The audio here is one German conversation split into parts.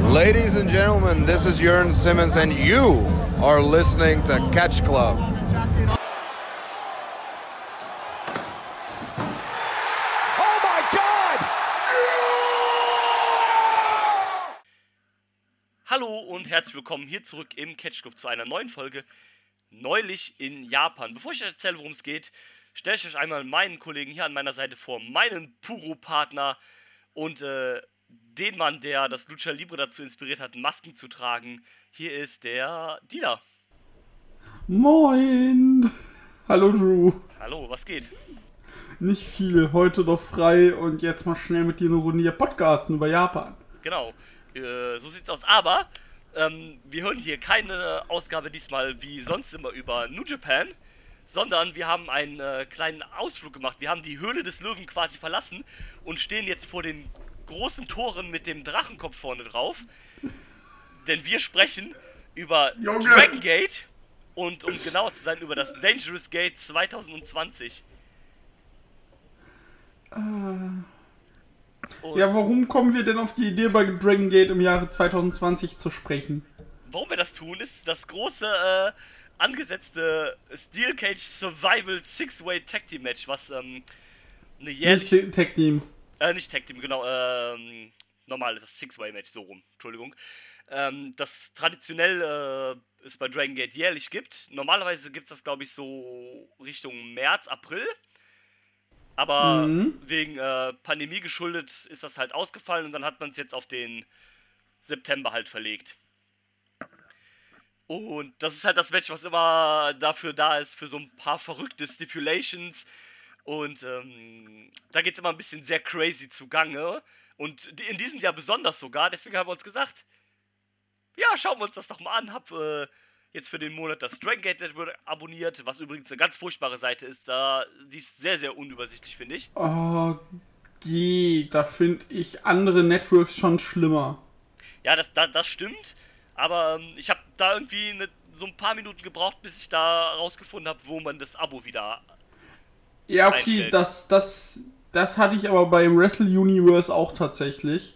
Ladies and gentlemen, this is Jörn Simmons and you are listening to Catch Club. Oh my God! Hallo und herzlich willkommen hier zurück im Catch Club zu einer neuen Folge Neulich in Japan. Bevor ich euch erzähle, worum es geht, stelle ich euch einmal meinen Kollegen hier an meiner Seite vor, meinen Puro-Partner und den Mann, der das Lucha Libre dazu inspiriert hat, Masken zu tragen. Hier ist der Dieter. Moin! Hallo Drew. Hallo, was geht? Nicht viel, heute noch frei und jetzt mal schnell mit dir eine Runde hier podcasten über Japan. Genau, so sieht's aus. Aber wir hören hier keine Ausgabe diesmal wie sonst immer über New Japan, sondern wir haben einen kleinen Ausflug gemacht. Wir haben die Höhle des Löwen quasi verlassen und stehen jetzt vor den großen Toren mit dem Drachenkopf vorne drauf. Denn wir sprechen über Dragon Gate und um genauer zu sein, über das Dangerous Gate 2020. Ja, warum kommen wir denn auf die Idee, bei Dragon Gate im Jahre 2020 zu sprechen? Warum wir das tun, ist das große angesetzte Steel Cage Survival Six-Way Tag Team Match, was eine jährliche... Nicht Tag Team. Nicht Tag Team, genau, normal, das Six-Way Match, so rum, Entschuldigung. Das traditionell es bei Dragon Gate jährlich gibt. Normalerweise gibt es das, glaube ich, so Richtung März, April. Aber wegen Pandemie geschuldet ist das halt ausgefallen und dann hat man es jetzt auf den September halt verlegt. Und das ist halt das Match, was immer dafür da ist, für so ein paar verrückte Stipulations. Und da geht es immer ein bisschen sehr crazy zugange. Und in diesem Jahr besonders sogar. Deswegen haben wir uns gesagt, ja, schauen wir uns das doch mal an. Hab jetzt für den Monat das Dragon Gate Network abonniert, was übrigens eine ganz furchtbare Seite ist. Die ist sehr, sehr unübersichtlich, finde ich. Oh, da finde ich andere Networks schon schlimmer. Ja, das stimmt. Aber ich habe da irgendwie so ein paar Minuten gebraucht, bis ich da rausgefunden habe, wo man das Abo wieder ja, okay, das hatte ich aber bei Wrestle Universe auch tatsächlich.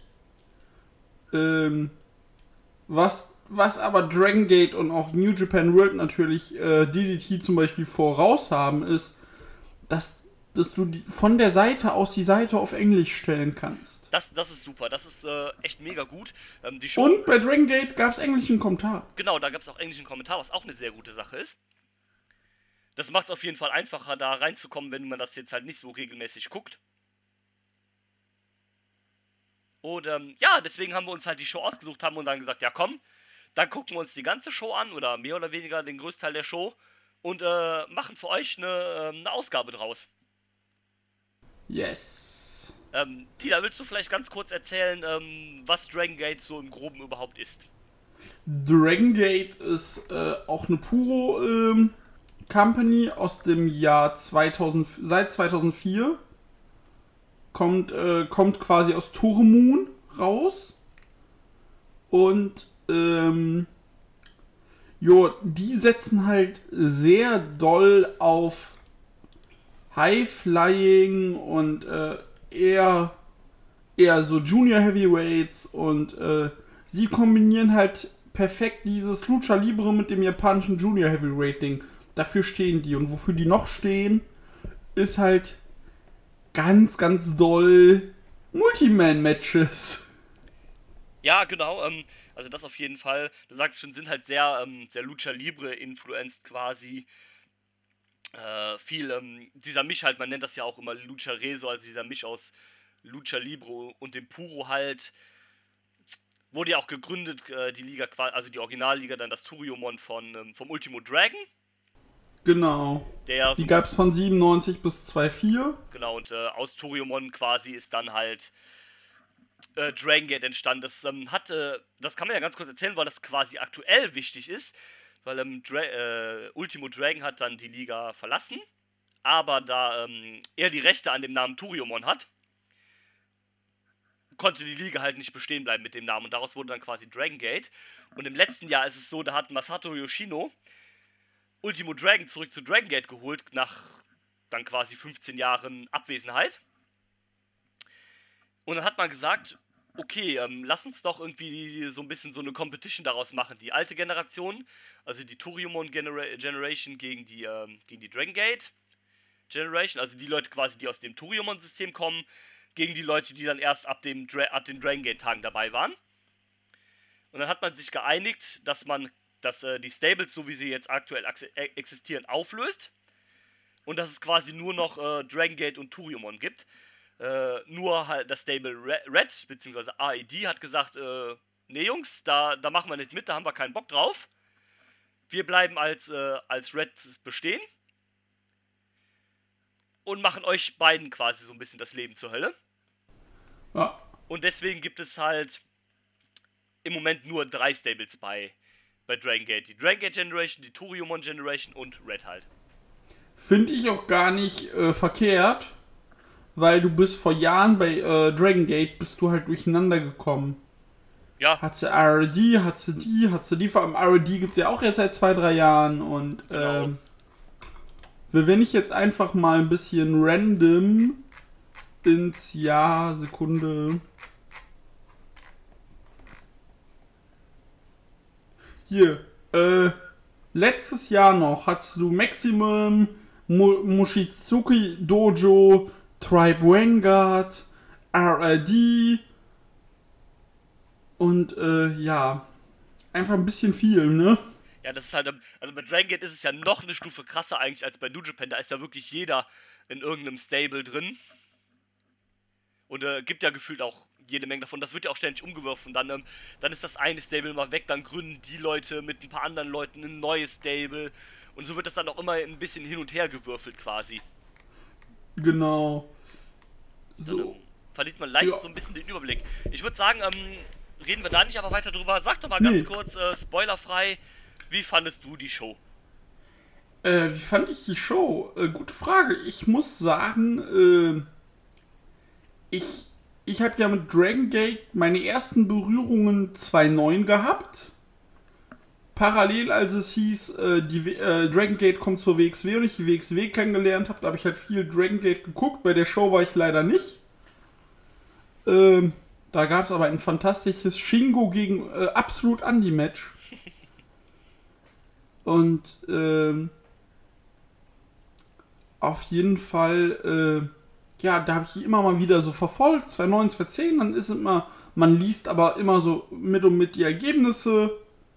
Was aber Dragon Gate und auch New Japan World natürlich DDT zum Beispiel voraus haben, ist, dass du von der Seite aus die Seite auf Englisch stellen kannst. Das ist super, das ist echt mega gut. Die Show, und bei Dragon Gate gab es englischen Kommentar. Genau, da gab es auch englischen Kommentar, was auch eine sehr gute Sache ist. Das macht es auf jeden Fall einfacher, da reinzukommen, wenn man das jetzt halt nicht so regelmäßig guckt. Und ja, deswegen haben wir uns halt die Show ausgesucht, haben und dann gesagt, ja komm, dann gucken wir uns die ganze Show an oder mehr oder weniger den größten Teil der Show und machen für euch eine Ausgabe draus. Yes. Tila, willst du vielleicht ganz kurz erzählen, was Dragon Gate so im Groben überhaupt ist? Dragon Gate ist auch eine Puro Company aus dem Jahr 2000, seit 2004. Kommt quasi aus Toremun raus. Und die setzen halt sehr doll auf High-Flying und eher so Junior Heavyweights und sie kombinieren halt perfekt dieses Lucha Libre mit dem japanischen Junior Heavyweight Ding. Dafür stehen die und wofür die noch stehen, ist halt ganz, ganz doll Multiman-Matches. Ja, genau, also das auf jeden Fall. Du sagst schon, sind halt sehr, sehr Lucha Libre-influenced quasi. Viel, dieser Misch halt, man nennt das ja auch immer Lucha Rezo, also dieser Misch aus Lucha Libre und dem Puro halt. Wurde ja auch gegründet, die Liga, also die Originalliga, dann das Toryumon vom Ultimo Dragon. Genau. Der die gab es von 97 bis 2004. Genau, und aus Toryumon quasi ist dann halt Dragon Gate entstanden. Das das kann man ja ganz kurz erzählen, weil das quasi aktuell wichtig ist, weil Ultimo Dragon hat dann die Liga verlassen, aber da er die Rechte an dem Namen Toryumon hat, konnte die Liga halt nicht bestehen bleiben mit dem Namen und daraus wurde dann quasi Dragon Gate. Und im letzten Jahr ist es so, da hat Masato Yoshino Ultimo Dragon zurück zu Dragon Gate geholt, nach dann quasi 15 Jahren Abwesenheit. Und dann hat man gesagt, Okay, lass uns doch irgendwie so ein bisschen so eine Competition daraus machen. Die alte Generation, also die Toryumon Generation gegen die Dragon Gate Generation, also die Leute quasi, die aus dem Toryumon-System kommen, gegen die Leute, die dann erst ab den Dragon Gate-Tagen dabei waren. Und dann hat man sich geeinigt, dass die Stables, so wie sie jetzt aktuell existieren, auflöst. Und dass es quasi nur noch Dragon Gate und Toryumon gibt. Nur halt das Stable Red, beziehungsweise AED, hat gesagt, nee Jungs, da machen wir nicht mit, da haben wir keinen Bock drauf. Wir bleiben als Red bestehen. Und machen euch beiden quasi so ein bisschen das Leben zur Hölle. Ja. Und deswegen gibt es halt im Moment nur 3 Stables bei Dragon Gate. Die Dragon Gate Generation, die Toryumon Generation und Red halt. Finde ich auch gar nicht verkehrt, weil du bist vor Jahren bei Dragon Gate bist du halt durcheinander gekommen. Ja. Hat sie RD, hat sie die, vor allem RD gibt es ja auch erst seit 2-3 Jahren und Genau. wenn ich jetzt einfach mal ein bisschen random ins Jahr, Sekunde. Hier, letztes Jahr noch hattest du Maximum, Mochizuki Dojo, Tribe Vanguard, RLD und ja, einfach ein bisschen viel, ne? Ja, das ist halt, also bei Dragon Gate ist es ja noch eine Stufe krasser eigentlich als bei New Japan. Da ist ja wirklich jeder in irgendeinem Stable drin. Und gibt ja gefühlt auch jede Menge davon. Das wird ja auch ständig umgeworfen. Dann ist das eine Stable mal weg, dann gründen die Leute mit ein paar anderen Leuten ein neues Stable. Und so wird das dann auch immer ein bisschen hin und her gewürfelt quasi. Genau. Dann So. verliert man leicht so ein bisschen den Überblick. Ich würde sagen, reden wir da nicht aber weiter drüber. Sag doch mal ganz kurz, spoilerfrei, wie fandest du die Show? Wie fand ich die Show? Gute Frage. Ich muss sagen, ich habe ja mit Dragon Gate meine ersten Berührungen 2009 gehabt. Parallel, als es hieß, Dragon Gate kommt zur WXW und ich die WXW kennengelernt habe, da habe ich halt viel Dragon Gate geguckt. Bei der Show war ich leider nicht. Da gab es aber ein fantastisches Shingo gegen Absolute Andy Match. Und auf jeden Fall, ja, da habe ich die immer mal wieder so verfolgt, 2009, 2010, dann ist es immer, man liest aber immer so mit die Ergebnisse.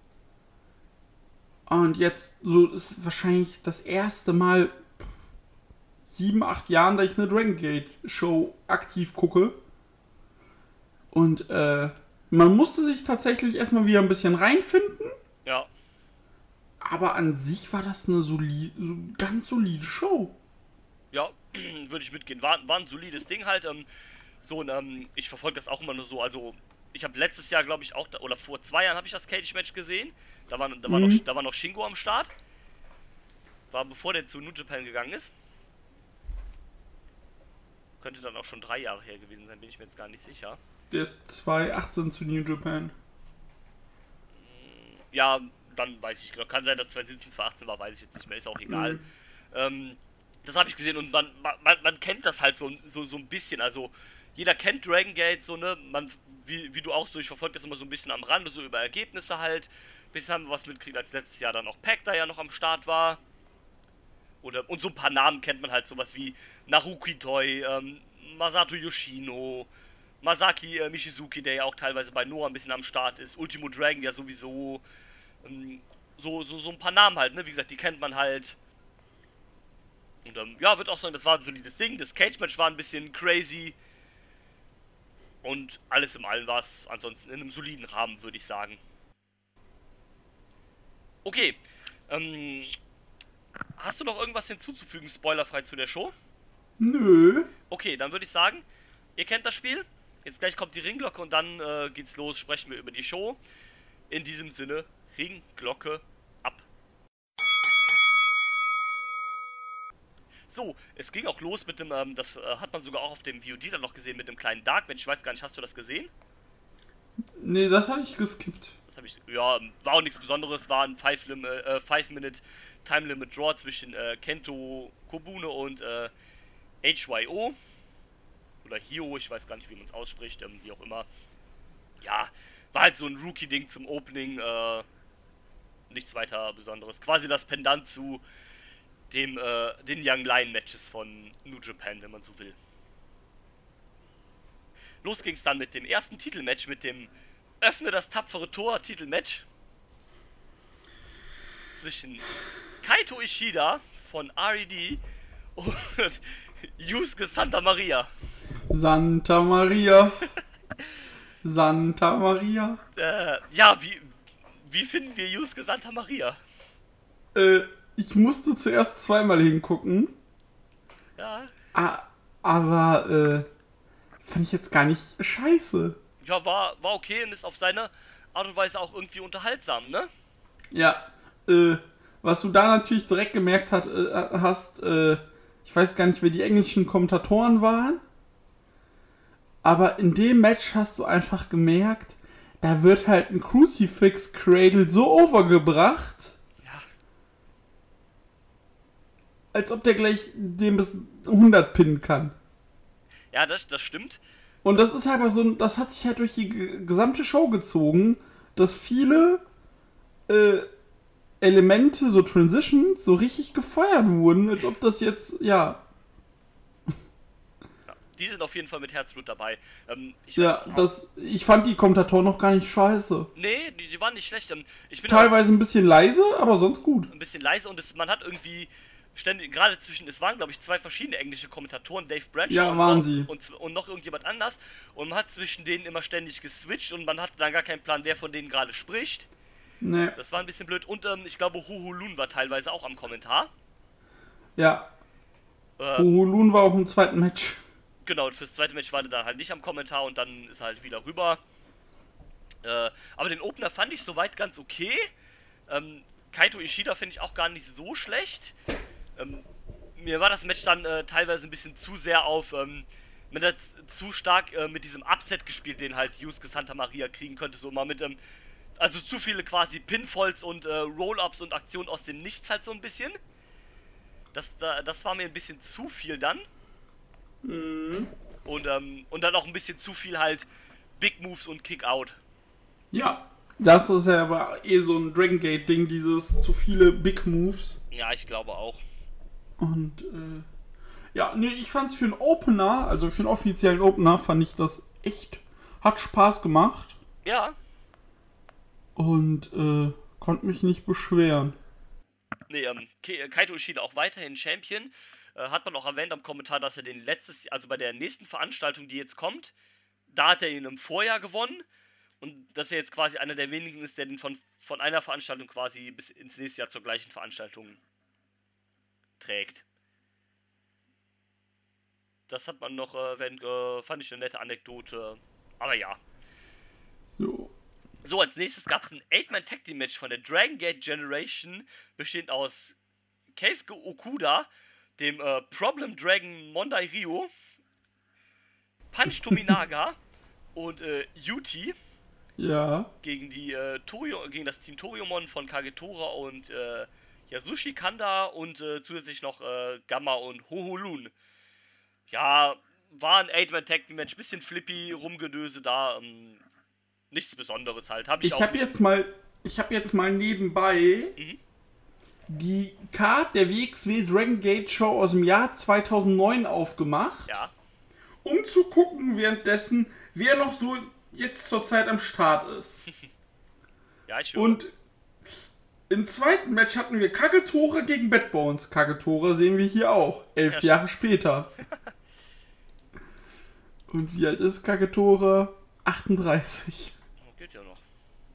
Und jetzt so ist wahrscheinlich das erste Mal 7, 8 Jahren, da ich eine Dragon Gate Show aktiv gucke. Und man musste sich tatsächlich erstmal wieder ein bisschen reinfinden. Ja. Aber an sich war das eine ganz solide Show. Ja, würde ich mitgehen. War ein solides Ding halt. Ich verfolge das auch immer nur so. Also, ich habe letztes Jahr, glaube ich, auch, oder vor 2 Jahren habe ich das Cage-Match gesehen. Da war noch Shingo am Start. War bevor der zu New Japan gegangen ist. Könnte dann auch schon 3 Jahre her gewesen sein, bin ich mir jetzt gar nicht sicher. Der ist 2018 zu New Japan. Ja, dann weiß ich genau. Kann sein, dass 2017, 2018 war, weiß ich jetzt nicht mehr. Ist auch egal. Das habe ich gesehen und man kennt das halt so ein bisschen. Also, jeder kennt Dragon Gate, so, ne? Wie du auch so, ich verfolge das immer so ein bisschen am Rande, so über Ergebnisse halt. Bisschen haben wir was mitgekriegt, als letztes Jahr dann auch Pac da ja noch am Start war. Und so ein paar Namen kennt man halt, sowas wie Naruki Doi, Masato Yoshino, Masaki Michizuki, der ja auch teilweise bei Noah ein bisschen am Start ist, Ultimo Dragon ja sowieso. So ein paar Namen halt, ne? Wie gesagt, die kennt man halt. Und ja, wird auch sagen, das war ein solides Ding. Das Cage-Match war ein bisschen crazy. Und alles im Allen war es ansonsten in einem soliden Rahmen, würde ich sagen. Okay. Hast du noch irgendwas hinzuzufügen, spoilerfrei zu der Show? Nö. Okay, dann würde ich sagen, ihr kennt das Spiel. Jetzt gleich kommt die Ringglocke und dann geht's los, sprechen wir über die Show. In diesem Sinne, Ringglocke ab. So, es ging auch los mit dem, das hat man sogar auch auf dem VOD dann noch gesehen, mit dem kleinen Darkmatch. Ich weiß gar nicht, hast du das gesehen? Nee, das hatte ich geskippt. Das habe ich, ja, war auch nichts Besonderes, war ein 5-Minute Time Limit Draw zwischen Kento Kobune und HYO. Oder Hio, ich weiß gar nicht, wie man es ausspricht, wie auch immer. ja, war halt so ein Rookie-Ding zum Opening, nichts weiter Besonderes. Quasi das Pendant zu den Young Lion-Matches von New Japan, wenn man so will. Los ging's dann mit dem ersten Titelmatch, mit dem Öffne das tapfere Tor Titelmatch zwischen Kaito Ishida von RED und Yusuke Santa Maria. Santa Maria. Santa Maria. Ja, wie finden wir Yusuke Santa Maria? Ich musste zuerst zweimal hingucken. Ja. Aber fand ich jetzt gar nicht scheiße. Ja, war okay und ist auf seine Art und Weise auch irgendwie unterhaltsam, ne? Ja, was du da natürlich direkt gemerkt hast, ich weiß gar nicht, wer die englischen Kommentatoren waren, aber in dem Match hast du einfach gemerkt, da wird halt ein Crucifix Cradle so overgebracht, Ja. als ob der gleich den bis 100 pinnen kann. Ja, das stimmt. Und das ist halt so, das hat sich halt durch die gesamte Show gezogen, dass viele Elemente, so Transitions, so richtig gefeuert wurden, als ob das jetzt, ja. Die sind auf jeden Fall mit Herzblut dabei. Ich fand die Kommentatoren noch gar nicht scheiße. Nee, die waren nicht schlecht. Ich bin Teilweise ein bisschen leise, aber sonst gut. ein bisschen leise und man hat irgendwie ständig, gerade es waren glaube ich 2 verschiedene englische Kommentatoren, Dave Bradshaw Ja, waren sie. Und noch irgendjemand anders. Und man hat zwischen denen immer ständig geswitcht und man hatte dann gar keinen Plan, wer von denen gerade spricht. Nee. Das war ein bisschen blöd. Und ich glaube, Hoholun war teilweise auch am Kommentar. Ja. Hoholun war auch im zweiten Match. Genau, und fürs zweite Match war der dann halt nicht am Kommentar und dann ist er halt wieder rüber. Aber den Opener fand ich soweit ganz okay. Kaito Ishida finde ich auch gar nicht so schlecht. Mir war das Match dann teilweise ein bisschen zu sehr zu stark mit diesem Upset gespielt, den halt Yusuke Santa Maria kriegen könnte. So mal mit also zu viele quasi Pinfalls und Roll-Ups und Aktionen aus dem Nichts halt so ein bisschen. Das war mir ein bisschen zu viel dann. Mhm. Und dann auch ein bisschen zu viel halt Big Moves und Kick-Out. Ja. Das ist ja aber so ein Dragon Gate-Ding, dieses zu viele Big Moves. Ja, ich glaube auch. Und, ich fand's für einen Opener, also für einen offiziellen Opener, fand ich das echt, hat Spaß gemacht. Ja. Und, konnte mich nicht beschweren. Nee, Kaito Ishida auch weiterhin Champion. Hat man auch erwähnt am Kommentar, dass er den also bei der nächsten Veranstaltung, die jetzt kommt, da hat er ihn im Vorjahr gewonnen. Und dass er jetzt quasi einer der wenigen ist, der den von einer Veranstaltung quasi bis ins nächste Jahr zur gleichen Veranstaltung trägt. Das hat man noch erwähnt, fand ich eine nette Anekdote. Aber ja. So, als nächstes gab es ein 8-Man-Tag-Team-Match von der Dragon Gate Generation, bestehend aus Keisuke Okuda, dem Problem Dragon Mondai Ryo, Punch Tominaga und Yuti. Ja. Gegen das Team Toriumon von Kagetora und Yasushi Kanda und zusätzlich noch Gamma und Hoholun. Ja, war ein 8-Man-Tag-Match, bisschen flippy, Rumgedöse da, nichts Besonderes halt. Ich habe jetzt mal nebenbei die Card der WXW Dragon Gate Show aus dem Jahr 2009 aufgemacht, ja, um zu gucken währenddessen, wer noch so jetzt zur Zeit am Start ist. Ja, ich höre. Und im zweiten Match hatten wir Kagetora gegen Bad Bones. Kagetora sehen wir hier auch, 11 Jahre später. Und wie alt ist Kagetora? 38. Geht ja noch.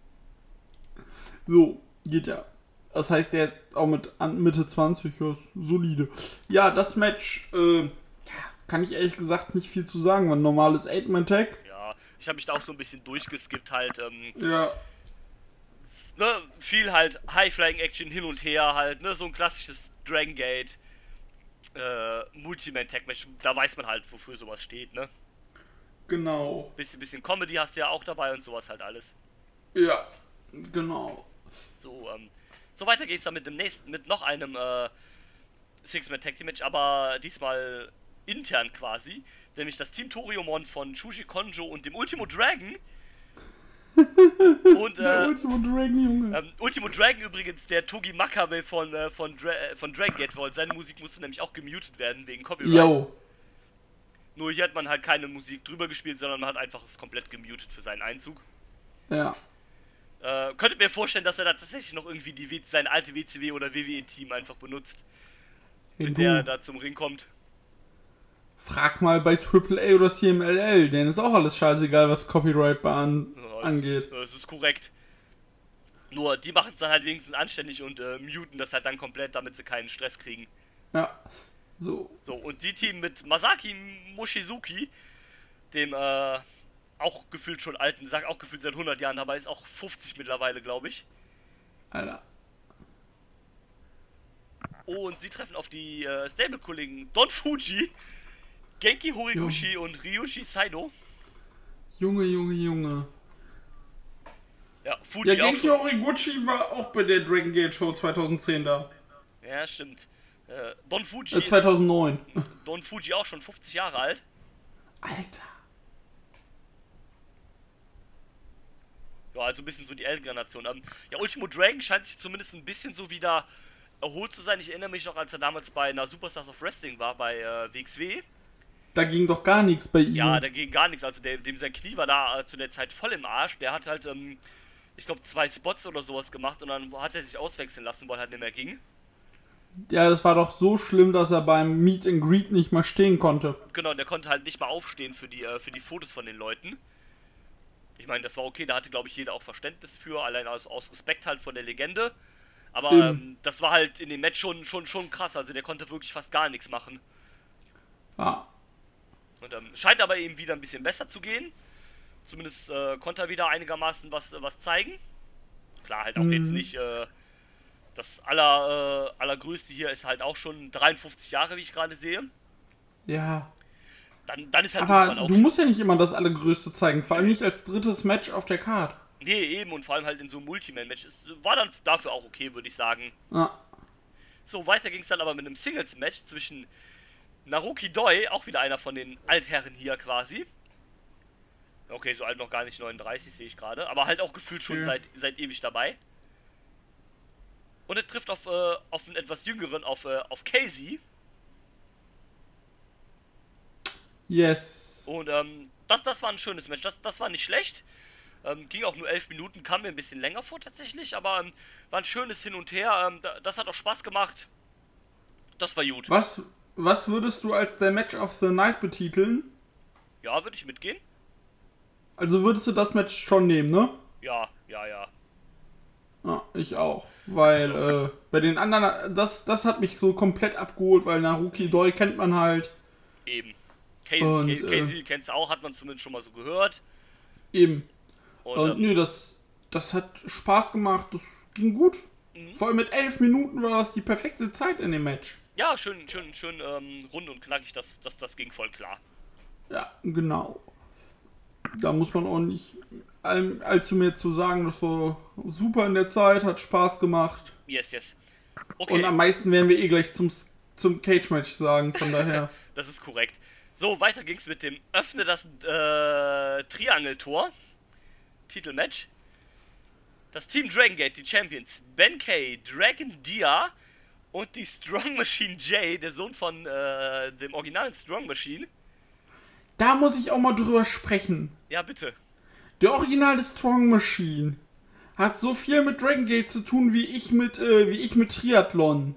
So, geht ja. Das heißt, der auch mit Mitte 20, ja, ist solide. Ja, das Match, kann ich ehrlich gesagt nicht viel zu sagen. War ein normales 8-Man-Tag. Ja, ich habe mich da auch so ein bisschen durchgeskippt halt. Ja. Ne, viel halt High-Flying-Action hin und her halt, ne, so ein klassisches Dragon Gate Multi-Man-Tag-Match. Da weiß man halt, wofür sowas steht, ne. Genau. Bisschen Comedy hast du ja auch dabei und sowas halt alles. Ja, genau. So weiter geht's dann mit noch einem Six-Man-Tag-Team-Match, aber diesmal intern quasi. Nämlich das Team Toriumon von Shuji Konjo und dem Ultimo Dragon Und, Der Ultimo Dragon, Junge. Ultimo Dragon übrigens, der Togi Makabe von Dragon Gate Vault. Seine Musik musste nämlich auch gemutet werden wegen Copyright. Yo. Nur hier hat man halt keine Musik drüber gespielt, sondern man hat einfach es komplett gemutet für seinen Einzug. Ja. Könntet mir vorstellen, dass er da tatsächlich noch irgendwie sein alte WCW oder WWE-Team einfach benutzt, Hey, wenn du, der da zum Ring kommt. frag mal bei AAA oder CMLL, denen ist auch alles scheißegal, was Copyright angeht. Das ist korrekt. Nur, die machen es dann halt wenigstens anständig und muten das halt dann komplett, damit sie keinen Stress kriegen. Ja. So. So, und die Team mit Masaki Mochizuki, dem auch gefühlt schon alten Sack, auch gefühlt seit 100 Jahren dabei ist, auch 50 mittlerweile, glaube ich. Alter. Und sie treffen auf die Stable-Kollegen Don Fuji, Genki Horiguchi und Ryushi Saido. Junge. Ja, Fuji Ja, auch Genki schon. Horiguchi war auch bei der Dragon Gate Show 2010 da. Ja, stimmt. Don Fuji 2009. Don Fuji auch schon 50 Jahre alt. Alter. Ja, also ein bisschen so die ältere Nation. Ja, Ultimo Dragon scheint sich zumindest ein bisschen so wieder erholt zu sein. Ich erinnere mich noch, als er damals bei einer Superstars of Wrestling war, bei WXW. Da ging doch gar nichts bei ihm. Ja, da ging gar nichts. Also dem sein Knie war da zu der Zeit voll im Arsch. Der hat halt, ich glaube, 2 Spots oder sowas gemacht und dann hat er sich auswechseln lassen, weil er halt nicht mehr ging. Ja, das war doch so schlimm, dass er beim Meet and Greet nicht mal stehen konnte. Genau, der konnte halt nicht mal aufstehen für die Fotos von den Leuten. Ich meine, das war okay, da hatte, glaube ich, jeder auch Verständnis für, allein aus Respekt halt vor der Legende. Aber das war halt in dem Match schon krass, also der konnte wirklich fast gar nichts machen. Ja. Und scheint aber eben wieder ein bisschen besser zu gehen. Zumindest konnte er wieder einigermaßen was zeigen. Klar, halt auch jetzt nicht das allergrößte hier ist halt auch schon 53 Jahre, wie ich gerade sehe. Ja. Dann ist halt Aber irgendwann auch du musst ja nicht immer das Allergrößte zeigen, vor allem nicht als drittes Match auf der Card. Nee, eben, und vor allem halt in so einem Multiman-Match. War dann dafür auch okay, würde ich sagen. Ja. So, weiter ging es dann aber mit einem Singles-Match zwischen Naruki Doi, auch wieder einer von den Altherren hier quasi. Okay, so alt noch gar nicht, 39 sehe ich gerade, aber halt auch gefühlt schon seit ewig dabei. Und er trifft auf einen etwas jüngeren, auf Casey. Yes. Und das war ein schönes Match, das war nicht schlecht. Ging auch nur 11 Minuten, kam mir ein bisschen länger vor tatsächlich, aber war ein schönes Hin und Her. Das hat auch Spaß gemacht. Das war gut. Was würdest du als der Match of the Night betiteln? Ja, würde ich mitgehen. Also würdest du das Match schon nehmen, ne? Ja. Ja, ich auch. Weil bei den anderen, das hat mich so komplett abgeholt, weil Naruki Doi kennt man halt. Eben. Casey kennst du auch, hat man zumindest schon mal so gehört. Eben. Und nö, das hat Spaß gemacht, das ging gut. Vor allem mit 11 Minuten war das die perfekte Zeit in dem Match. ja, schön rund und knackig, das ging voll klar. Ja, genau. Da muss man auch nicht allzu mehr zu sagen, das war super in der Zeit, hat Spaß gemacht. Yes. Okay. Und am meisten werden wir gleich zum Cage-Match sagen, von daher. Das ist korrekt. So, weiter ging's mit dem Öffne das Triangeltor. Titelmatch. Das Team Dragon Gate, die Champions, Ben Kay, Dragon Dia und die Strong Machine Jay, der Sohn von dem originalen Strong Machine. Da muss ich auch mal drüber sprechen. Ja, bitte. Der originale Strong Machine hat so viel mit Dragon Gate zu tun wie ich mit Triathlon.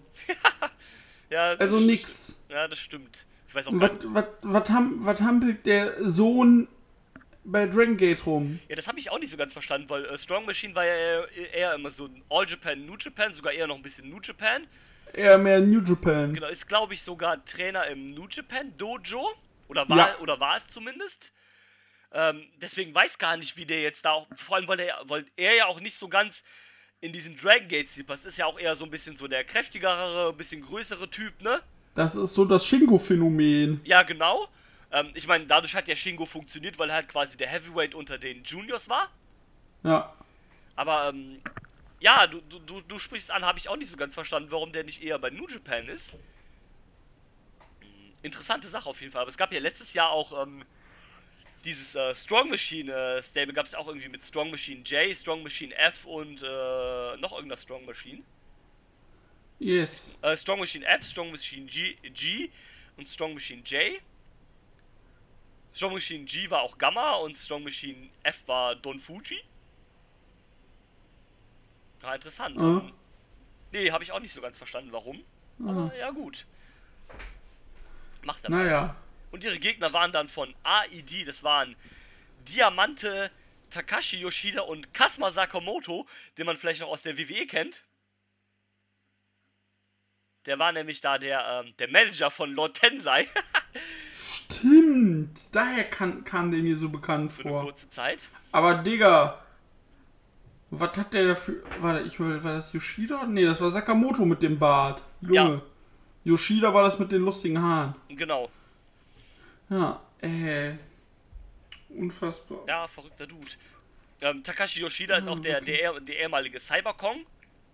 Ja, Also nix. Ja, das stimmt. Ich weiß auch gar nicht. Was hampelt der Sohn bei Dragon Gate rum? Ja, das habe ich auch nicht so ganz verstanden, weil Strong Machine war ja eher immer so ein All Japan, New Japan, sogar eher noch ein bisschen New Japan. Eher mehr New Japan. Genau, ist glaube ich sogar Trainer im New Japan Dojo. Oder war es zumindest. Deswegen weiß gar nicht, wie der jetzt da auch, vor allem, weil er ja auch nicht so ganz in diesen Dragon Gate Stil passt. Ist ja auch eher so ein bisschen so der kräftigere, ein bisschen größere Typ, ne? Das ist so das Shingo-Phänomen. Ja, genau. Ich meine, dadurch hat ja Shingo funktioniert, weil er halt quasi der Heavyweight unter den Juniors war. Ja. Aber, ja, du sprichst an, habe ich auch nicht so ganz verstanden, warum der nicht eher bei New Japan ist. Interessante Sache auf jeden Fall. Aber es gab ja letztes Jahr auch Dieses Strong Machine Stable gab es auch irgendwie mit Strong Machine J, Strong Machine F und noch irgendeiner Strong Machine. Yes. Strong Machine F, Strong Machine G und Strong Machine J. Strong Machine G war auch Gamma und Strong Machine F war Don Fuji. Ja, interessant. Nee, habe ich auch nicht so ganz verstanden, warum. Aber ja, gut. Macht er mal. Naja. Und ihre Gegner waren dann von AID, das waren Diamante, Takashi Yoshida und Kazuma Sakamoto, den man vielleicht noch aus der WWE kennt. Der war nämlich da der Manager von Lord Tensei. Stimmt. Daher kam der mir so bekannt Für eine vor. kurze Zeit. Aber Digga. Was hat der dafür... War das Yoshida? Nee, das war Sakamoto mit dem Bart. Junge. Ja. Yoshida war das mit den lustigen Haaren. Genau. Ja, unfassbar. Ja, verrückter Dude. Takashi Yoshida ist auch der ehemalige Cyberkong.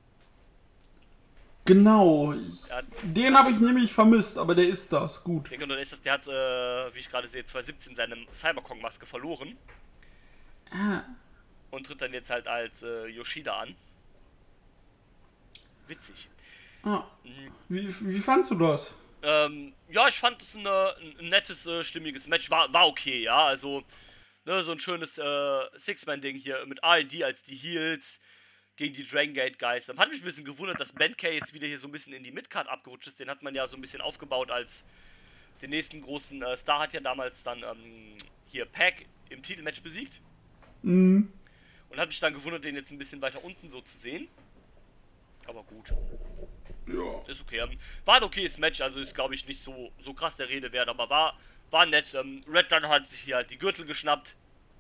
Genau. Ja, Den habe ich nämlich vermisst, aber der ist das. Gut. der hat, wie ich gerade sehe, 2017 seine Cyberkong-Maske verloren. Und tritt dann jetzt halt als Yoshida an. Witzig. Wie fandst du das? Ja, ich fand es ein nettes, stimmiges Match. War okay, ja. Also, ne, so ein schönes Six-Man-Ding hier mit AID als die Heels gegen die Dragon Gate Guys. Hat mich ein bisschen gewundert, dass Ben-K jetzt wieder hier so ein bisschen in die Midcard abgerutscht ist. Den hat man ja so ein bisschen aufgebaut als den nächsten großen Star. Hat ja damals dann hier Pac im Titelmatch besiegt. Mhm. Und hat mich dann gewundert, den jetzt ein bisschen weiter unten so zu sehen. Aber gut. Ja. Ist okay. War ein okayes Match, also ist, glaube ich, nicht so krass der Rede wert, aber war nett. Red Dunn hat sich hier halt die Gürtel geschnappt.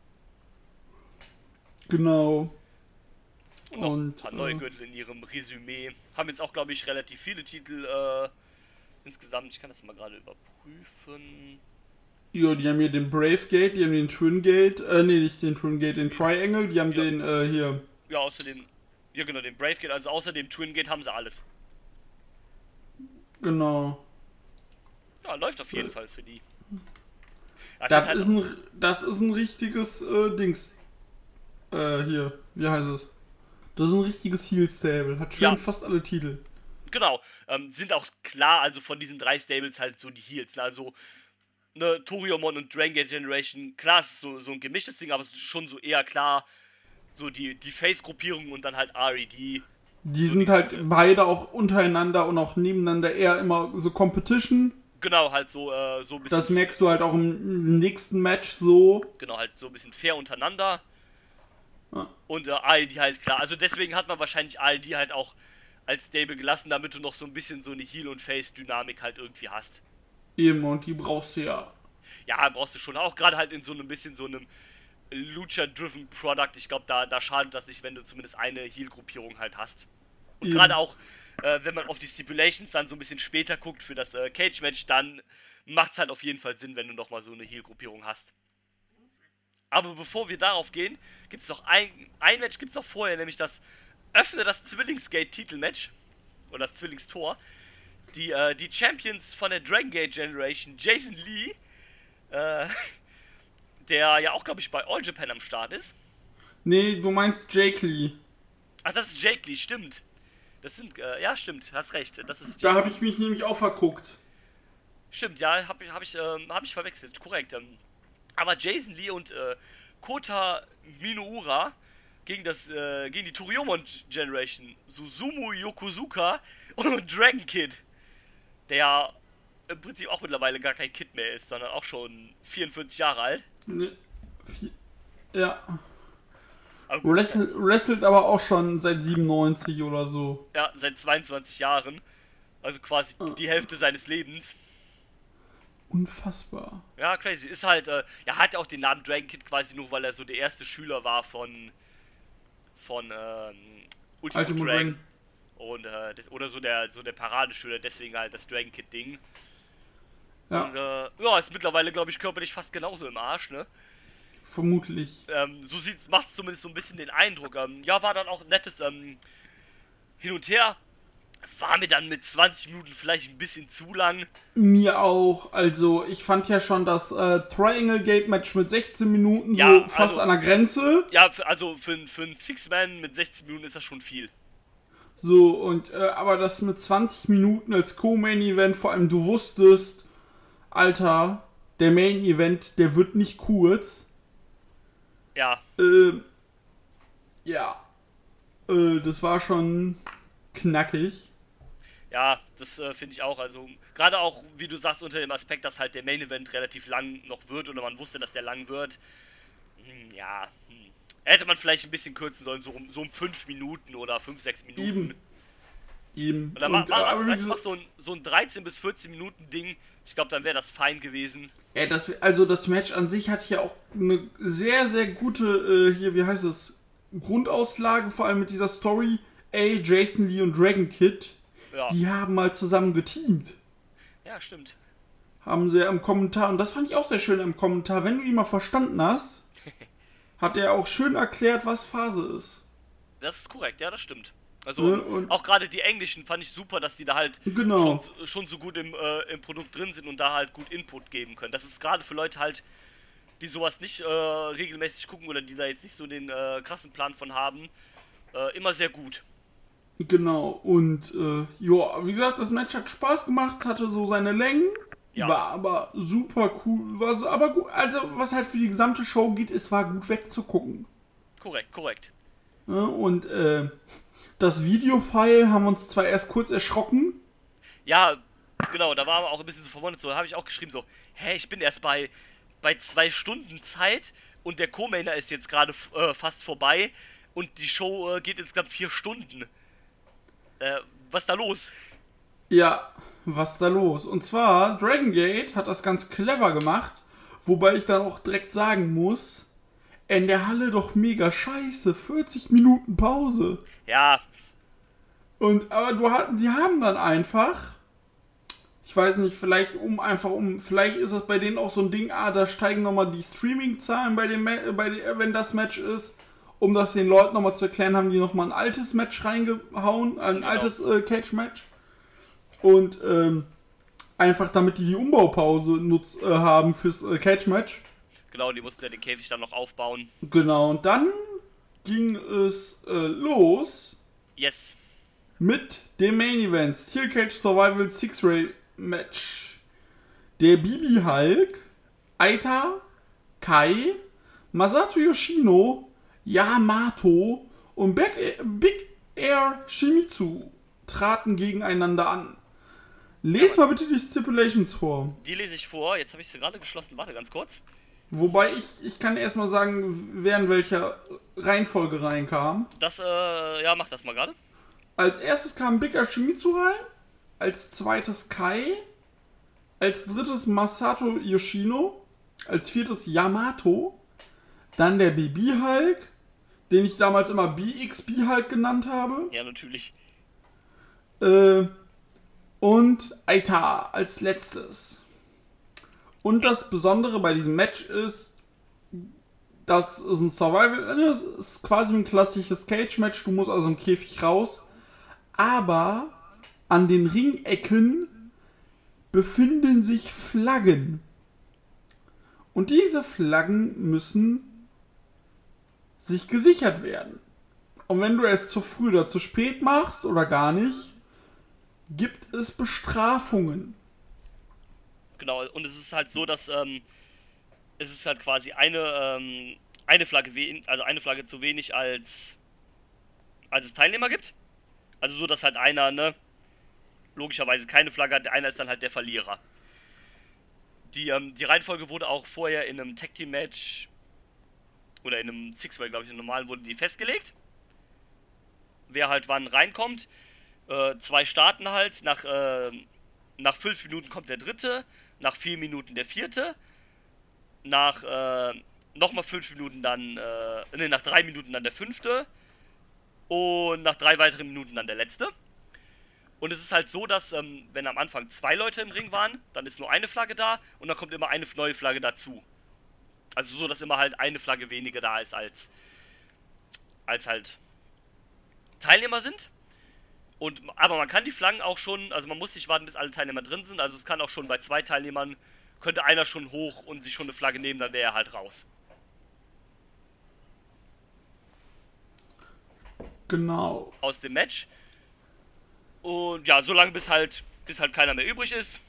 Genau. Und noch ein paar neue Gürtel in ihrem Resümee. Haben jetzt auch, glaube ich, relativ viele Titel insgesamt. Ich kann das mal gerade überprüfen. Ja, die haben hier den Brave Gate, die haben den Twin Gate, nicht den Twin Gate, den Triangle, die haben den, hier. Ja, außerdem, ja genau, den Brave Gate, also außer dem Twin Gate haben sie alles. Genau. Ja, läuft auf jeden Fall für die. Das ist ein richtiges, Dings. Hier, wie heißt es? Das ist ein richtiges Heel-Stable, hat schön fast alle Titel. Genau, sind auch klar, also von diesen 3 Stables halt so die Heels, ne? Also ne, Toriumon und Dragon Gate Generation, klar, es ist so ein gemischtes Ding, aber es ist schon so eher klar, so die Face-Gruppierung und dann halt RED. Die so sind halt beide auch untereinander und auch nebeneinander eher immer so Competition. Genau, halt so ein bisschen. Das merkst du halt auch im nächsten Match so. Genau, halt so ein bisschen fair untereinander. Ja. Und RED halt klar. Also deswegen hat man wahrscheinlich RED halt auch als Stable gelassen, damit du noch so ein bisschen so eine Heel- und Face-Dynamik halt irgendwie hast. Eben, und die brauchst du ja. Ja, brauchst du schon. Auch gerade halt in so einem bisschen so einem Lucha-driven Product. Ich glaube, da schadet das nicht, wenn du zumindest eine Heel-Gruppierung halt hast. Und gerade auch, wenn man auf die Stipulations dann so ein bisschen später guckt für das Cage-Match, dann macht es halt auf jeden Fall Sinn, wenn du nochmal so eine Heel-Gruppierung hast. Aber bevor wir darauf gehen, gibt es noch ein Match gibt's noch vorher, nämlich das Zwillingsgate-Titelmatch. Oder das Zwillingstor. Die Champions von der Dragon Gate Generation, Jason Lee, der ja auch, glaube ich, bei All Japan am Start ist. Nee, du meinst Jake Lee. Ach, das ist Jake Lee, stimmt. Das sind, ja, stimmt, hast recht. Das ist Da habe ich mich nämlich auch verguckt. Stimmt, ja, hab ich verwechselt, korrekt. Aber Jason Lee und Kota Minoura gegen die Toriumon Generation, Susumu Yokozuka und Dragon Kid, der ja im Prinzip auch mittlerweile gar kein Kid mehr ist, sondern auch schon 44 Jahre alt. Nee, ja. Aber gut, Wrestelt aber auch schon seit 97 oder so. ja, seit 22 Jahren. Also quasi die Hälfte seines Lebens. Unfassbar. Ja, crazy. Ist halt, hat ja auch den Namen Dragon Kid quasi nur, weil er so der erste Schüler war von Ultimate Dragon. Und, oder so der Paradeschüler, deswegen halt das Dragon Kid Ding. Ja. Und, ist mittlerweile, glaube ich, körperlich fast genauso im Arsch, ne? Vermutlich. So macht es zumindest so ein bisschen den Eindruck. War dann auch ein nettes Hin und Her. war mir dann mit 20 Minuten vielleicht ein bisschen zu lang. Mir auch. Also, ich fand ja schon das Triangle Gate Match mit 16 Minuten Ja, so fast also- an der Grenze. Ja, für ein Six-Man mit 16 Minuten ist das schon viel. So, und aber das mit 20 Minuten als Co-Main-Event, vor allem du wusstest, Alter, der Main-Event, der wird nicht kurz. Ja, Ja. Das war schon knackig. ja, das finde ich auch. Also, gerade auch, wie du sagst, unter dem Aspekt, dass halt der Main-Event relativ lang noch wird oder man wusste, dass der lang wird. Ja, hätte man vielleicht ein bisschen kürzen sollen, so um 5 Minuten oder 5, 6 Minuten. Eben. Oder Und, aber wie mach gesagt, so ein 13 bis 14 Minuten Ding. Ich glaube, dann wäre das fein gewesen. das Match an sich hatte ja auch eine sehr, sehr gute, hier, wie heißt es, Grundauslage, vor allem mit dieser Story. Ey, Jason Lee und Dragon Kid, Ja, die haben mal zusammen geteamt. ja, stimmt. Haben sie am Kommentar, und das fand ich auch sehr schön am Kommentar, wenn du ihn mal verstanden hast, hat er auch schön erklärt, was Phase ist. Das ist korrekt, ja, das stimmt. Also, Ne, und- auch gerade die Englischen fand ich super, dass die da halt Genau. schon so gut im Produkt drin sind und da halt gut Input geben können. Das ist gerade für Leute halt, die sowas nicht regelmäßig gucken oder die da jetzt nicht so den krassen Plan von haben, immer sehr gut. Genau, und ja, wie gesagt, das Match hat Spaß gemacht, hatte so seine Längen, Ja. war aber super cool, war so, aber gut, also was halt für die gesamte Show geht, es war gut wegzugucken. Korrekt. Ne? Und das Videofile haben wir uns zwar erst kurz erschrocken, Ja, genau, da war man auch ein bisschen so verwundert, so habe ich auch geschrieben, so, hä, ich bin erst bei 2 Stunden Zeit und der Co-Mainer ist jetzt gerade fast vorbei und die Show geht insgesamt 4 Stunden. Was ist da los? ja, was ist da los? Und zwar, Dragon Gate hat das ganz clever gemacht, wobei ich dann auch direkt sagen muss, in der Halle doch mega scheiße, 40 Minuten Pause. Ja, Und, aber die haben dann einfach, ich weiß nicht, vielleicht vielleicht ist es bei denen auch so ein Ding, da steigen nochmal die Streaming-Zahlen wenn das Match ist, um das den Leuten nochmal zu erklären, haben die nochmal ein altes Match reingehauen, ein altes Cage-Match. Und, einfach damit die Umbaupause haben fürs Cage-Match. genau, die mussten ja den Käfig dann noch aufbauen. Genau, und dann ging es los Yes. mit dem Main Event Steel Cage Survival Six-Way Match. Der Bibi Hulk, Aita, Kai, Masato Yoshino, Yamato und Big Air Shimizu traten gegeneinander an. Lies mal bitte die Stipulations vor. Die lese ich vor. Jetzt habe ich sie gerade geschlossen. Warte ganz kurz. Wobei ich kann erstmal sagen, wer in welcher Reihenfolge reinkam. Das, ja, mach das mal gerade. Als erstes kam Big Air Shimizu rein, als zweites Kai, als drittes Masato Yoshino, als viertes Yamato, dann der BB Hulk, den ich damals immer BXB Hulk genannt habe, Ja, natürlich. und Aita als letztes. Und das Besondere bei diesem Match ist, das ist ein Survival, das ist quasi ein klassisches Cage-Match, du musst also im Käfig raus, aber an den Ringecken befinden sich Flaggen. Und diese Flaggen müssen sich gesichert werden. Und wenn du es zu früh oder zu spät machst oder gar nicht, gibt es Bestrafungen. Genau, und es ist halt so, dass es ist halt quasi eine Flagge eine Flagge zu wenig als es Teilnehmer gibt. Also so, dass halt einer, ne, logischerweise keine Flagge hat, einer ist dann halt der Verlierer. Die Reihenfolge wurde auch vorher in einem Tag Team Match oder in einem Six-Way, glaube ich, im normalen wurde die festgelegt. Wer halt wann reinkommt. 2 starten halt, nach 5 Minuten kommt der dritte, nach 4 Minuten der vierte, nach nochmal 5 Minuten dann, nach 3 Minuten dann der fünfte und nach 3 weiteren Minuten dann der letzte. Und es ist halt so, dass, wenn am Anfang 2 Leute im Ring waren, dann ist nur eine Flagge da und dann kommt immer eine neue Flagge dazu. Also so, dass immer halt eine Flagge weniger da ist, als halt Teilnehmer sind. Aber man kann die Flaggen auch schon, also man muss nicht warten, bis alle Teilnehmer drin sind, also es kann auch schon bei 2 Teilnehmern, könnte einer schon hoch und sich schon eine Flagge nehmen, dann wäre er halt raus. Genau. Aus dem Match. Und ja, solange bis halt keiner mehr übrig ist.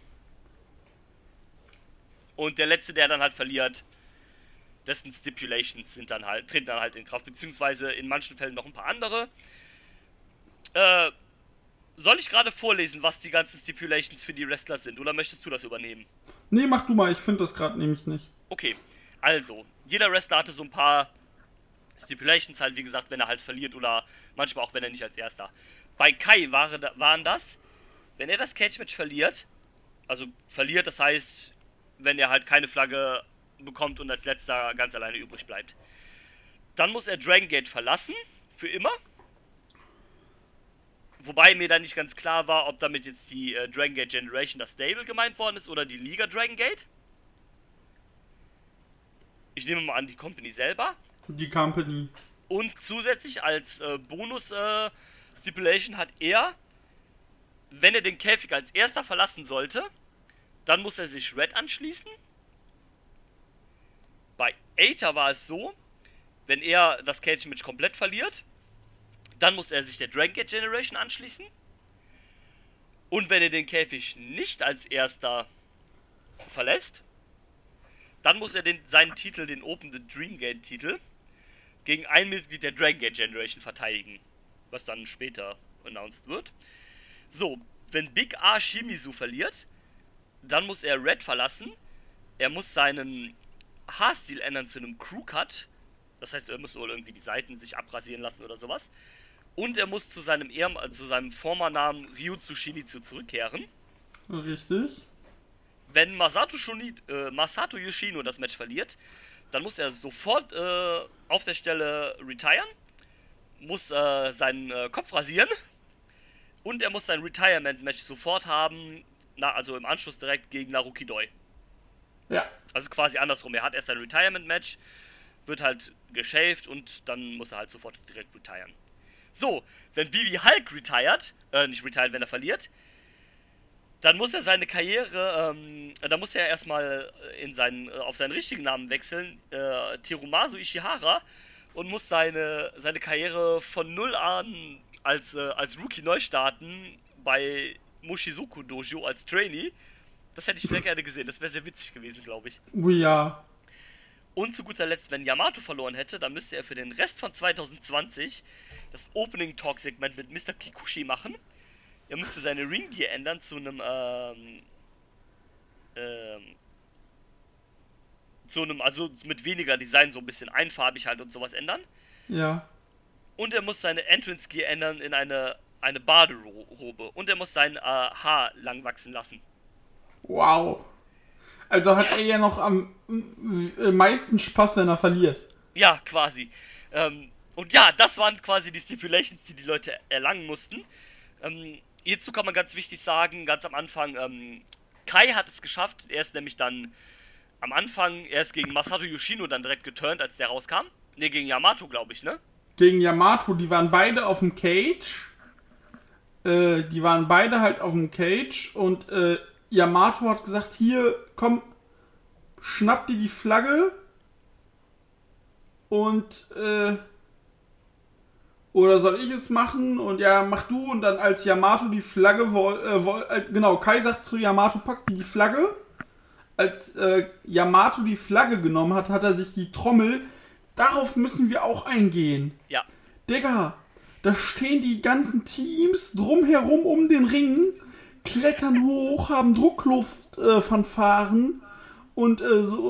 Und der Letzte, der dann halt verliert, dessen Stipulations treten dann halt in Kraft, beziehungsweise in manchen Fällen noch ein paar andere. Soll ich gerade vorlesen, was die ganzen Stipulations für die Wrestler sind, oder möchtest du das übernehmen? Nee, mach du mal, ich finde das gerade nämlich nicht. Okay, also, jeder Wrestler hatte so ein paar Stipulations halt, wie gesagt, wenn er halt verliert oder manchmal auch, wenn er nicht als Erster. Bei Kai waren das, wenn er das Cage-Match verliert, das heißt, wenn er halt keine Flagge bekommt und als Letzter ganz alleine übrig bleibt. Dann muss er Dragon Gate verlassen, für immer. Wobei mir da nicht ganz klar war, ob damit jetzt die Dragon Gate Generation, das Stable, gemeint worden ist oder die Liga Dragon Gate. Ich nehme mal an, die Company selber. Die Company. Und zusätzlich als Bonus-Stipulation hat er, wenn er den Käfig als Erster verlassen sollte, dann muss er sich Red anschließen. Bei Eita war es so, wenn er das Cage-Match komplett verliert, dann muss er sich der Dragon Gate Generation anschließen. Und wenn er den Käfig nicht als Erster verlässt, dann muss er seinen Titel, den Open the Dream Gate Titel, gegen ein Mitglied der Dragon Gate Generation verteidigen. Was dann später announced wird. So, wenn Big A Shimizu verliert, dann muss er Red verlassen. Er muss seinen Haarstil ändern zu einem Crew Cut. Das heißt, er muss wohl irgendwie die Seiten sich abrasieren lassen oder sowas. Und er muss zu seinem Vornamen Ryutsu Shinizu zurückkehren. Richtig. Wenn Masato Yoshino das Match verliert, dann muss er sofort auf der Stelle retiren, muss seinen Kopf rasieren und er muss sein Retirement-Match sofort haben, also im Anschluss direkt gegen Naruki Doi. Ja. Also quasi andersrum, er hat erst sein Retirement-Match, wird halt geshaved und dann muss er halt sofort direkt retiren. So, wenn Bibi Hulk wenn er verliert, dann muss er seine Karriere, da muss er erstmal auf seinen richtigen Namen wechseln, Terumasu Ishihara, und muss seine Karriere von null an als Rookie neu starten bei Mushizoku Dojo als Trainee. Das hätte ich sehr gerne gesehen, das wäre sehr witzig gewesen, glaube ich. Oh ja. Und zu guter Letzt, wenn Yamato verloren hätte, dann müsste er für den Rest von 2020 das Opening Talk Segment mit Mr. Kikuchi machen. Er müsste seine Ring Gear ändern zu einem, also mit weniger Design, so ein bisschen einfarbig halt und sowas ändern. Ja. Und er muss seine Entrance Gear ändern in eine Baderobe. Und er muss sein Haar lang wachsen lassen. Wow. Also hat er ja noch am meisten Spaß, wenn er verliert. Ja, quasi. Und ja, das waren quasi die Stipulations, die Leute erlangen mussten. Hierzu kann man ganz wichtig sagen, ganz am Anfang, Kai hat es geschafft. Er ist nämlich dann am Anfang, er ist gegen Masato Yoshino dann direkt geturnt, als der rauskam. Ne, gegen Yamato, glaube ich, ne? Gegen Yamato, die waren beide auf dem Cage. Die waren beide halt auf dem Cage und Yamato hat gesagt, hier, komm, schnapp dir die Flagge und, oder soll ich es machen? Und ja, mach du. Und dann als Yamato die Flagge Kai sagt zu Yamato, pack dir die Flagge. Als Yamato die Flagge genommen hat, hat er sich die Trommel, darauf müssen wir auch eingehen. Ja. Digga, da stehen die ganzen Teams drumherum um den Ring, klettern hoch, haben Druckluftfanfaren und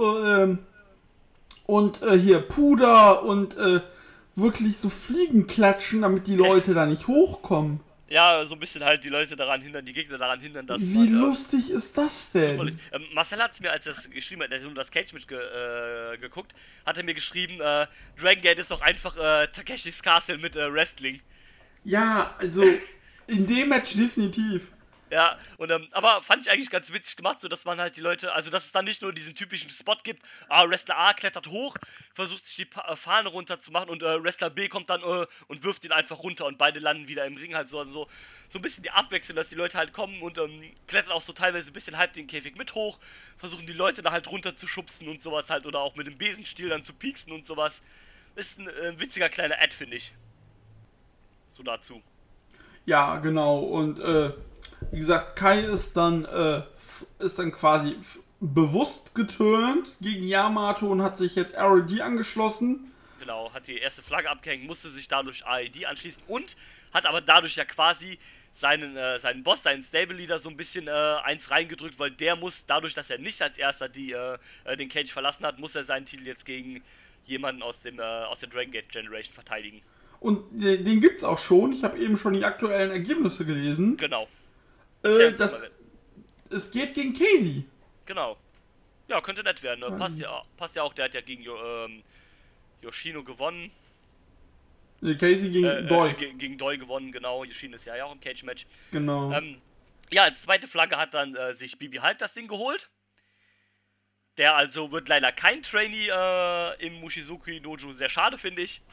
hier Puder und wirklich so Fliegen klatschen, damit die Leute da nicht hochkommen. Ja, so ein bisschen halt die Leute daran hindern, die Gegner daran hindern, dass Wie lustig ist das denn? Marcel hat es mir, als er es geschrieben hat, er hat nur das Cage geguckt, hat er mir geschrieben, Dragon Gate ist doch einfach Takeshis Castle mit Wrestling. Ja, also in dem Match definitiv. Ja, und aber fand ich eigentlich ganz witzig gemacht, so dass man halt die Leute, also dass es dann nicht nur diesen typischen Spot gibt, Wrestler A klettert hoch, versucht sich die Fahne runterzumachen und Wrestler B kommt dann und wirft ihn einfach runter und beide landen wieder im Ring halt so, also so ein bisschen die Abwechslung, dass die Leute halt kommen und klettern auch so teilweise ein bisschen halb den Käfig mit hoch, versuchen die Leute da halt runter zu schubsen und sowas halt oder auch mit dem Besenstiel dann zu pieksen und sowas. Ist ein witziger kleiner Ad, finde ich. So dazu. Ja, genau. Und wie gesagt, Kai ist dann quasi bewusst geturnt gegen Yamato und hat sich jetzt ROD angeschlossen. Genau, hat die erste Flagge abgehängt, musste sich dadurch AED anschließen und hat aber dadurch ja quasi seinen Boss, seinen Stable Leader so ein bisschen eins reingedrückt, weil der muss, dadurch, dass er nicht als erster den Cage verlassen hat, muss er seinen Titel jetzt gegen jemanden aus der Dragon Gate Generation verteidigen. Und den gibt's auch schon. Ich habe eben schon die aktuellen Ergebnisse gelesen. Genau. Es geht gegen Casey. Genau. Ja, könnte nett werden. Ne? Passt ja auch, der hat ja gegen Yoshino gewonnen. Casey gegen Doi. Gegen Doi gewonnen, genau. Yoshino ist ja auch im Cage-Match. Genau. Ja, als zweite Flagge hat dann sich Bibi Hulk das Ding geholt. Der also wird leider kein Trainee im Mushizuki Dojo. Sehr schade, finde ich.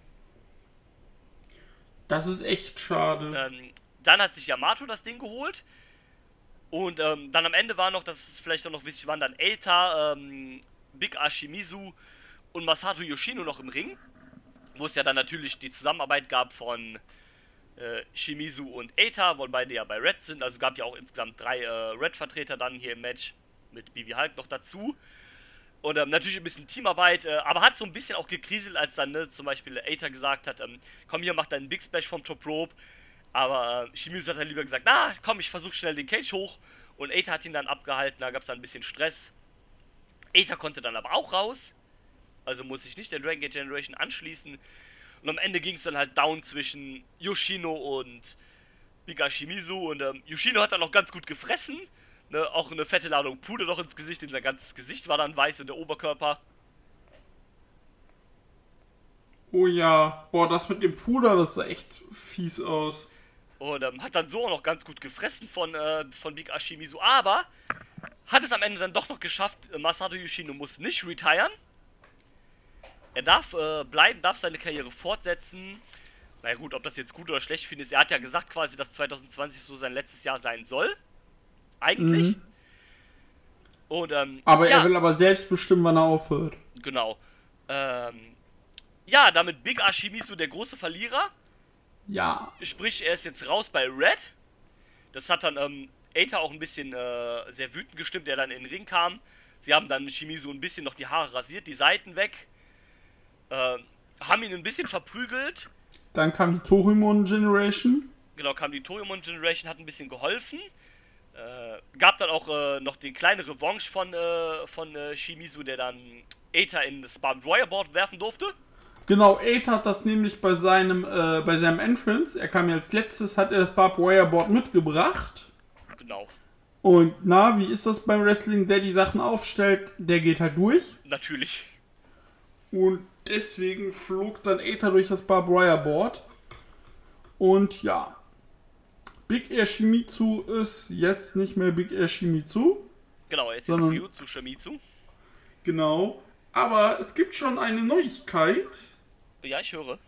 Das ist echt schade. Dann hat sich Yamato das Ding geholt. Und dann am Ende war noch, das ist vielleicht auch noch wichtig, waren dann Eita, Big Ashimizu und Masato Yoshino noch im Ring. Wo es ja dann natürlich die Zusammenarbeit gab von Shimizu und Eita, weil beide ja bei Red sind. Also gab ja auch insgesamt 3 Red-Vertreter dann hier im Match mit Bibi Hulk noch dazu. Und natürlich ein bisschen Teamarbeit, aber hat so ein bisschen auch gekriselt, als dann zum Beispiel Eita gesagt hat, komm hier, mach deinen Big Splash vom Top Rope. Aber Shimizu hat dann lieber gesagt, na komm, ich versuch schnell den Cage hoch. Und Eita hat ihn dann abgehalten, da gab es dann ein bisschen Stress. Eita konnte dann aber auch raus. Also muss sich nicht der Dragon Gate Generation anschließen. Und am Ende ging es dann halt down zwischen Yoshino und Big Shimizu. Und Yoshino hat dann auch ganz gut gefressen. Ne, auch eine fette Ladung Puder noch ins Gesicht. Sein ganzes Gesicht war dann weiß und der Oberkörper. Oh ja. Boah, das mit dem Puder, das sah echt fies aus. Und hat dann so auch noch ganz gut gefressen von Big Shimizu. Aber hat es am Ende dann doch noch geschafft. Masato Yoshino muss nicht retiren. Er darf bleiben, darf seine Karriere fortsetzen. Naja gut, ob das jetzt gut oder schlecht finde, ist, er hat ja gesagt quasi, dass 2020 so sein letztes Jahr sein soll. Eigentlich. Mhm. Und, aber er will aber selbst bestimmen, wann er aufhört. Genau. Ja, damit Big Shimizu der große Verlierer. Ja. Sprich, er ist jetzt raus bei Red. Das hat dann Eita auch ein bisschen sehr wütend gestimmt, der dann in den Ring kam. Sie haben dann Shimizu ein bisschen noch die Haare rasiert, die Seiten weg. Haben ihn ein bisschen verprügelt. Dann kam die Torimon Generation. Genau, kam die Torimon Generation, hat ein bisschen geholfen. Gab dann auch noch die kleine Revanche von Shimizu, der dann Eita in das Barbed Wire Board werfen durfte. Genau, Eita hat das nämlich bei seinem Entrance, er kam ja als letztes, hat er das Barbed Wire Board mitgebracht. Genau. Und na, wie ist das beim Wrestling, der die Sachen aufstellt, der geht halt durch. Natürlich. Und deswegen flog dann Eita durch das Barbed Wire Board. Und ja, Big Air Shimizu ist jetzt nicht mehr Big Air Shimizu. Genau, er ist jetzt Ryuzu Shimizu. Genau, aber es gibt schon eine Neuigkeit. Ja, ich höre.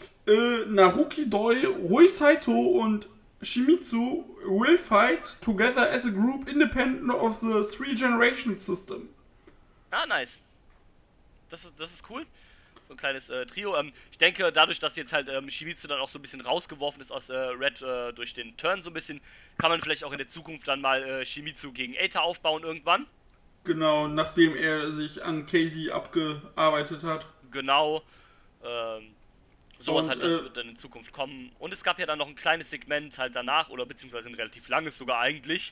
Naruki Doi, Rui Saito und Shimizu will fight together as a group independent of the 3 Generation System. Ah, nice. Das ist cool. So ein kleines Trio. Ich denke, dadurch, dass jetzt halt Shimizu dann auch so ein bisschen rausgeworfen ist aus Red durch den Turn so ein bisschen, kann man vielleicht auch in der Zukunft dann mal Shimizu gegen Eita aufbauen irgendwann. Genau, nachdem er sich an Casey abgearbeitet hat. Genau. Sowas halt, das wird dann in Zukunft kommen. Und es gab ja dann noch ein kleines Segment halt danach, oder beziehungsweise ein relativ langes sogar eigentlich,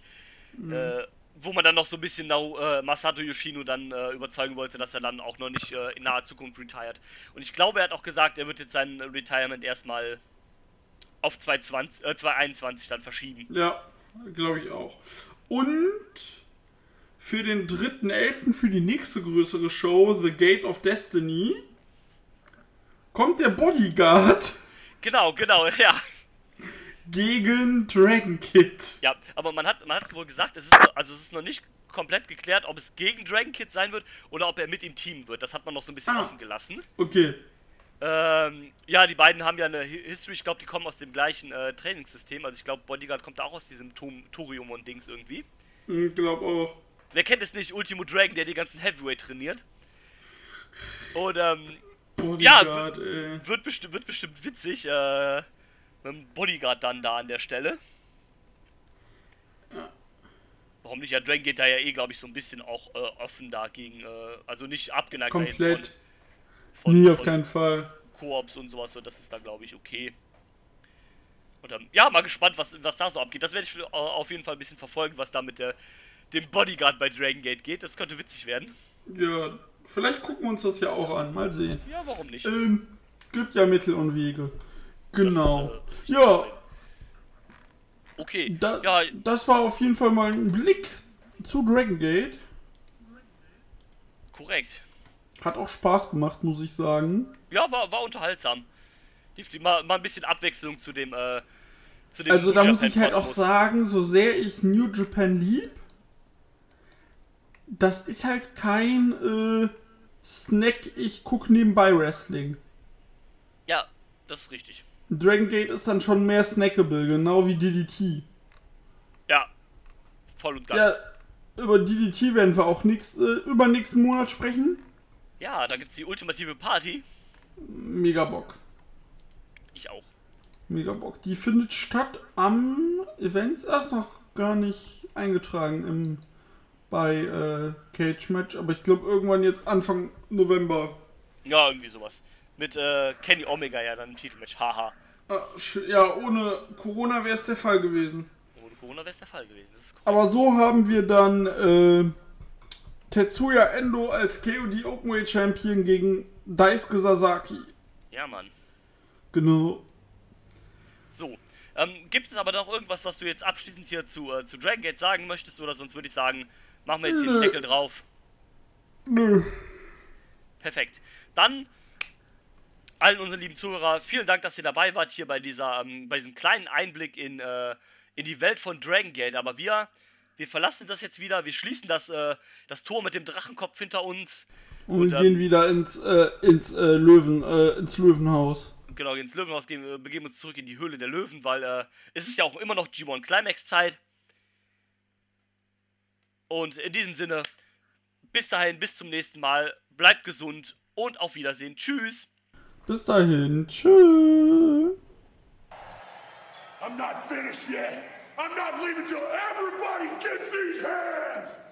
wo man dann noch so ein bisschen Masato Yoshino dann überzeugen wollte, dass er dann auch noch nicht in naher Zukunft retired. Und ich glaube, er hat auch gesagt, er wird jetzt sein Retirement erstmal auf 2021 dann verschieben. Ja, glaube ich auch. Und für den 3.11., für die nächste größere Show, The Gate of Destiny, kommt der Bodyguard. Genau, ja. gegen Dragon Kid. Ja, aber man hat wohl gesagt, es ist noch nicht komplett geklärt, ob es gegen Dragon Kid sein wird oder ob er mit ihm teamen wird. Das hat man noch so ein bisschen offen gelassen. Okay. Ja, die beiden haben ja eine History, ich glaube, die kommen aus dem gleichen Trainingssystem. Also ich glaube, Bodyguard kommt da auch aus diesem Thorium und Dings irgendwie. Ich glaube auch. Wer kennt es nicht? Ultimo Dragon, der die ganzen Heavyweight trainiert. Und Bodyguard, wird bestimmt witzig, mit dem Bodyguard dann da an der Stelle. Ja. Warum nicht? Ja, Dragon geht da ja glaube ich, so ein bisschen auch offen dagegen, also nicht abgeneigt komplett. von Auf keinen Fall. Koops und sowas, so, das ist da, glaube ich, okay. Und ja, mal gespannt, was da so abgeht. Das werde ich auf jeden Fall ein bisschen verfolgen, was da mit dem Bodyguard bei Dragon Gate geht. Das könnte witzig werden. Ja, vielleicht gucken wir uns das ja auch an. Mal sehen. Ja, warum nicht? Gibt ja Mittel und Wege. Genau. Das ja. Okay. Das war auf jeden Fall mal ein Blick zu Dragon Gate. Korrekt. Hat auch Spaß gemacht, muss ich sagen. Ja, war unterhaltsam. Mal ein bisschen Abwechslung zu dem also da muss ich halt auch sagen, so sehr ich New Japan lieb, das ist halt kein Snack, ich guck nebenbei Wrestling. Ja, das ist richtig. Dragon Gate ist dann schon mehr snackable, genau wie DDT. Ja, voll und ganz. Ja, über DDT werden wir auch übernächsten Monat sprechen. Ja, da gibt's die ultimative Party. Mega Bock. Ich auch. Mega Bock. Die findet statt am Events, erst noch gar nicht eingetragen bei Cage Match, aber ich glaube irgendwann jetzt Anfang November. Ja, irgendwie sowas. Mit Kenny Omega ja dann im Titelmatch, haha. Ja, ohne Corona wäre es der Fall gewesen. Ohne Corona wäre es der Fall gewesen, das ist cool. Aber so haben wir dann Tetsuya Endo als KOD Openweight Champion gegen Daisuke Sasaki. Ja, Mann. Genau. So, gibt es aber noch irgendwas, was du jetzt abschließend hier zu Dragon Gate sagen möchtest, oder sonst würde ich sagen, machen wir jetzt hier den Deckel drauf. Nö. Perfekt. Dann allen unseren lieben Zuhörer, vielen Dank, dass ihr dabei wart hier bei diesem kleinen Einblick in die Welt von Dragon Gate. Aber wir verlassen das jetzt wieder, wir schließen das Tor mit dem Drachenkopf hinter uns. Und gehen wieder ins Löwenhaus. Genau, ins Löwenhaus begeben uns zurück in die Höhle der Löwen, weil es ist ja auch immer noch G1 Climax Zeit. Und in diesem Sinne, bis dahin, bis zum nächsten Mal, bleibt gesund und auf Wiedersehen. Tschüss. Bis dahin, tschüss. I'm not finished yet. I'm not leaving till everybody gets these hands.